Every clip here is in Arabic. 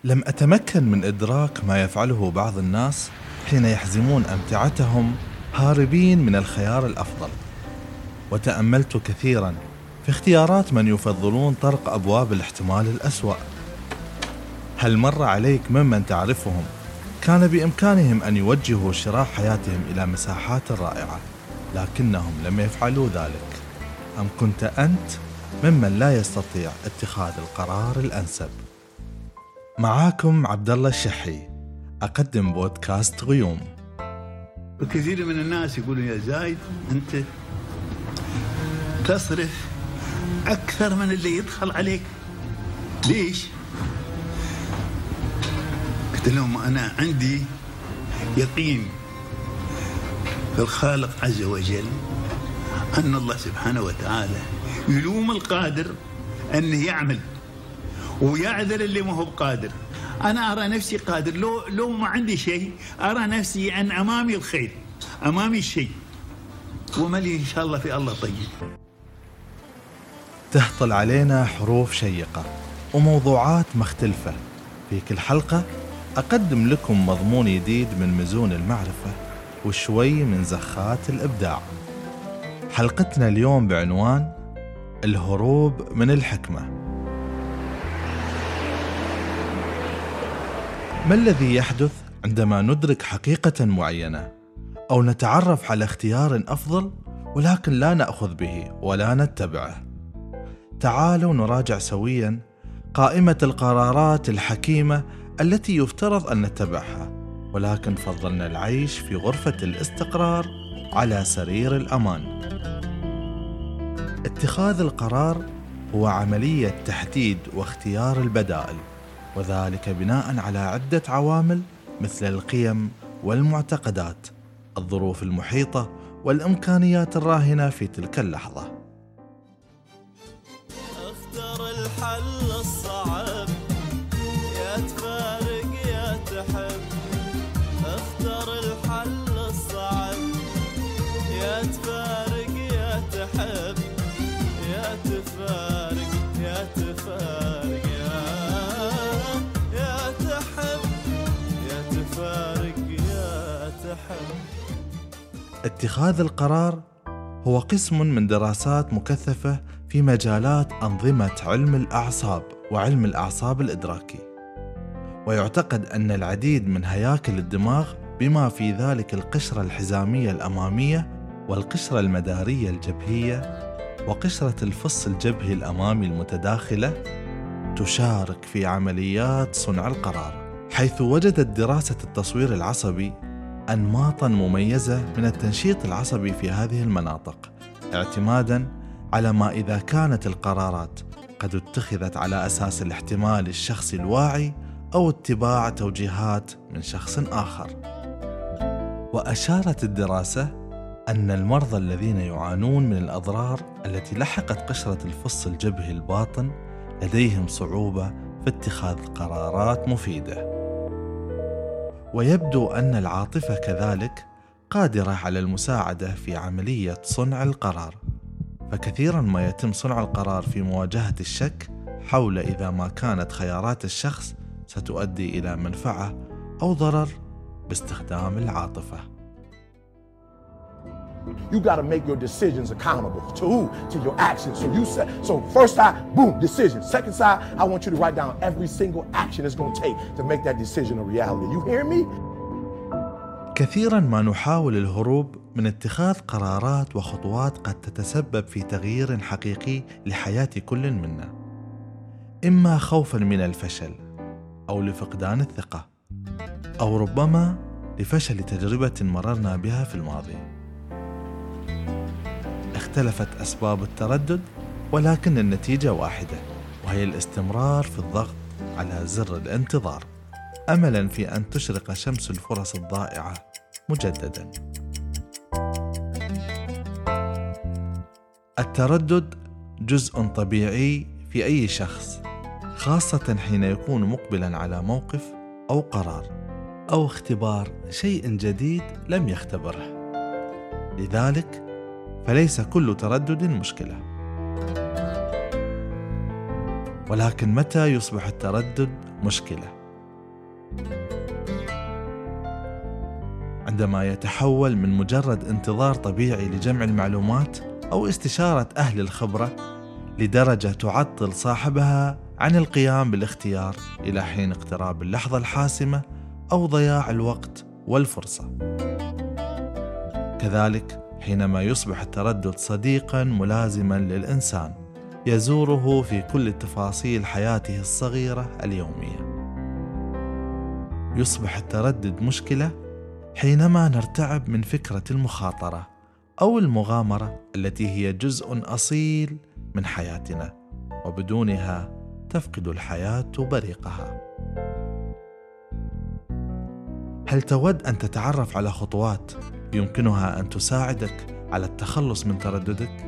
لم أتمكن من إدراك ما يفعله بعض الناس حين يحزمون أمتعتهم هاربين من الخيار الأفضل، وتأملت كثيرا في اختيارات من يفضلون طرق أبواب الاحتمال الأسوأ. هل مر عليك ممن تعرفهم كان بإمكانهم أن يوجهوا شراع حياتهم إلى مساحات رائعة لكنهم لم يفعلوا ذلك؟ أم كنت أنت ممن لا يستطيع اتخاذ القرار الأنسب؟ معاكم عبد الله الشحي، أقدم بودكاست غيوم. وكثير من الناس يقولوا يا زايد أنت تصرف أكثر من اللي يدخل عليك، ليش؟ قلت لهم أنا عندي يقين في الخالق عز وجل أن الله سبحانه وتعالى يلوم القادر أنه يعمل ويعذر اللي ما هو بقادر. أنا أرى نفسي قادر، لو ما عندي شيء أرى نفسي أن أمامي الخير، أمامي الشيء، وملي إن شاء الله في الله طيب. تهطل علينا حروف شيقة وموضوعات مختلفة. في كل حلقة أقدم لكم مضمون جديد من مزون المعرفة وشوي من زخات الإبداع. حلقتنا اليوم بعنوان الهروب من الحكمة. ما الذي يحدث عندما ندرك حقيقة معينة أو نتعرف على اختيار أفضل ولكن لا نأخذ به ولا نتبعه؟ تعالوا نراجع سويا قائمة القرارات الحكيمة التي يفترض أن نتبعها، ولكن فضلنا العيش في غرفة الاستقرار على سرير الأمان. اتخاذ القرار هو عملية تحديد واختيار البدائل، وذلك بناء على عدة عوامل مثل القيم والمعتقدات، الظروف المحيطة والإمكانيات الراهنة في تلك اللحظة. اختر الحل الصعب، يا تفارق يا تحب. اختر الحل الصعب، يا تفارق يا تحب. يا تفارق يا تفارق يا تحب. يا تفارق يا تحب. اتخاذ القرار هو قسم من دراسات مكثفة في مجالات أنظمة علم الأعصاب وعلم الأعصاب الإدراكي، ويعتقد أن العديد من هياكل الدماغ بما في ذلك القشرة الحزامية الأمامية والقشرة المدارية الجبهية وقشرة الفص الجبهي الأمامي المتداخلة تشارك في عمليات صنع القرار، حيث وجدت دراسة التصوير العصبي أنماطاً مميزة من التنشيط العصبي في هذه المناطق، اعتماداً على ما إذا كانت القرارات قد اتخذت على أساس الاحتمال الشخصي الواعي أو اتباع توجيهات من شخص آخر. وأشارت الدراسة أن المرضى الذين يعانون من الأضرار التي لحقت قشرة الفص الجبهي الباطن لديهم صعوبة في اتخاذ قرارات مفيدة. ويبدو أن العاطفة كذلك قادرة على المساعدة في عملية صنع القرار، فكثيرا ما يتم صنع القرار في مواجهة الشك حول إذا ما كانت خيارات الشخص ستؤدي إلى منفعة أو ضرر باستخدام العاطفة. You got to make your decisions accountable. To who? To your actions. So first side, boom, decision. Second side, I want you to write down every single action it's going to take to make that decision a reality. You hear me? كثيرا ما نحاول الهروب من اتخاذ قرارات وخطوات قد تتسبب في تغيير حقيقي لحياة كل منا، إما خوفا من الفشل أو لفقدان الثقة، أو ربما لفشل تجربة مررنا بها في الماضي. اختلفت أسباب التردد، ولكن النتيجة واحدة، وهي الاستمرار في الضغط على زر الانتظار أملاً في أن تشرق شمس الفرص الضائعة مجدداً. التردد جزء طبيعي في أي شخص، خاصة حين يكون مقبلاً على موقف أو قرار أو اختبار شيء جديد لم يختبره. لذلك فليس كل تردد مشكلة، ولكن متى يصبح التردد مشكلة؟ عندما يتحول من مجرد انتظار طبيعي لجمع المعلومات أو استشارة أهل الخبرة لدرجة تعطل صاحبها عن القيام بالاختيار إلى حين اقتراب اللحظة الحاسمة أو ضياع الوقت والفرصة. كذلك حينما يصبح التردد صديقاً ملازماً للإنسان يزوره في كل تفاصيل حياته الصغيرة اليومية. يصبح التردد مشكلة حينما نرتعب من فكرة المخاطرة أو المغامرة التي هي جزء أصيل من حياتنا، وبدونها تفقد الحياة بريقها. هل تود أن تتعرف على خطوات يمكنها أن تساعدك على التخلص من ترددك؟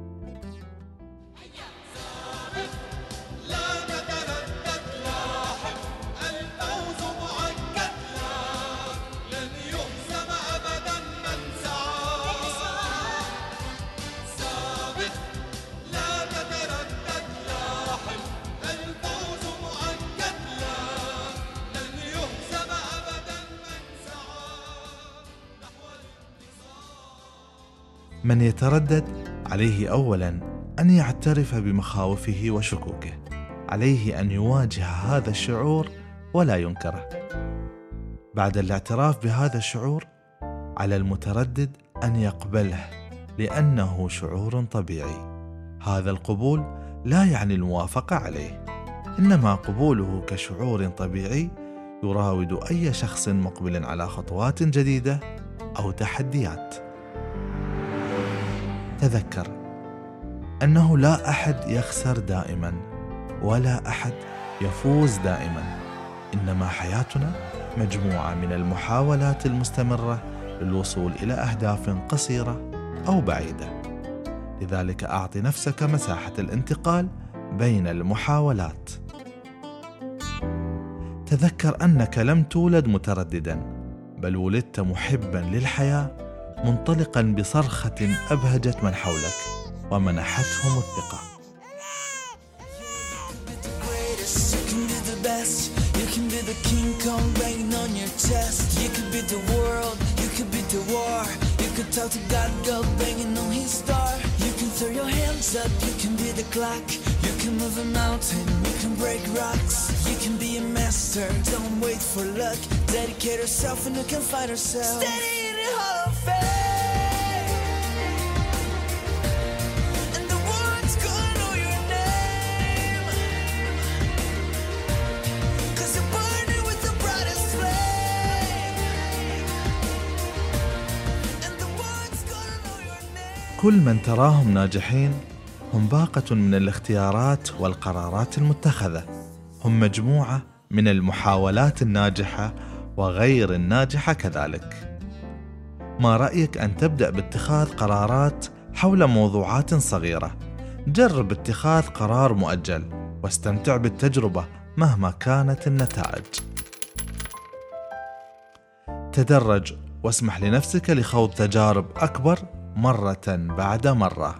من يتردد عليه أولاً أن يعترف بمخاوفه وشكوكه. عليه أن يواجه هذا الشعور ولا ينكره. بعد الاعتراف بهذا الشعور على المتردد أن يقبله لأنه شعور طبيعي. هذا القبول لا يعني الموافقة عليه، إنما قبوله كشعور طبيعي يراود أي شخص مقبل على خطوات جديدة أو تحديات. تذكر أنه لا أحد يخسر دائما ولا أحد يفوز دائما، إنما حياتنا مجموعة من المحاولات المستمرة للوصول إلى أهداف قصيرة أو بعيدة. لذلك أعط نفسك مساحة الانتقال بين المحاولات. تذكر أنك لم تولد مترددا، بل ولدت محبا للحياة، منطلقا بصرخة أبهجت من حولك ومنحتهم الثقة. كل من تراهم ناجحين هم باقة من الاختيارات والقرارات المتخذة، هم مجموعة من المحاولات الناجحة وغير الناجحة كذلك. ما رأيك أن تبدأ باتخاذ قرارات حول موضوعات صغيرة؟ جرب اتخاذ قرار مؤجل واستمتع بالتجربة مهما كانت النتائج. تدرج واسمح لنفسك لخوض تجارب أكبر مرة بعد مرة.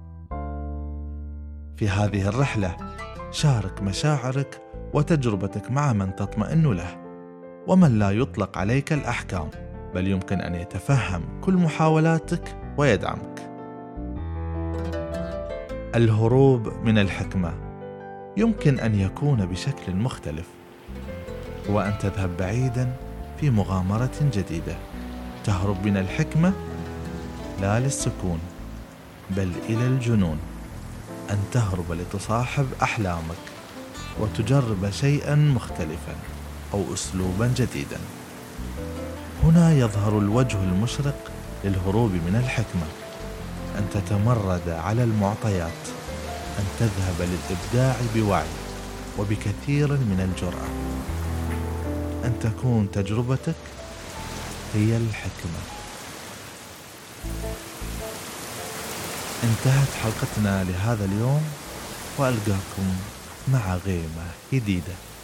في هذه الرحلة شارك مشاعرك وتجربتك مع من تطمئن له ومن لا يطلق عليك الأحكام، بل يمكن أن يتفهم كل محاولاتك ويدعمك. الهروب من الحكمة يمكن أن يكون بشكل مختلف، هو أن تذهب بعيدا في مغامرة جديدة. تهرب من الحكمة لا للسكون بل إلى الجنون، أن تهرب لتصاحب أحلامك وتجرب شيئا مختلفا أو أسلوبا جديدا. هنا يظهر الوجه المشرق للهروب من الحكمة، أن تتمرد على المعطيات، أن تذهب للإبداع بوعي وبكثير من الجرأة، أن تكون تجربتك هي الحكمة. انتهت حلقتنا لهذا اليوم، وألقاكم مع غيمة جديدة.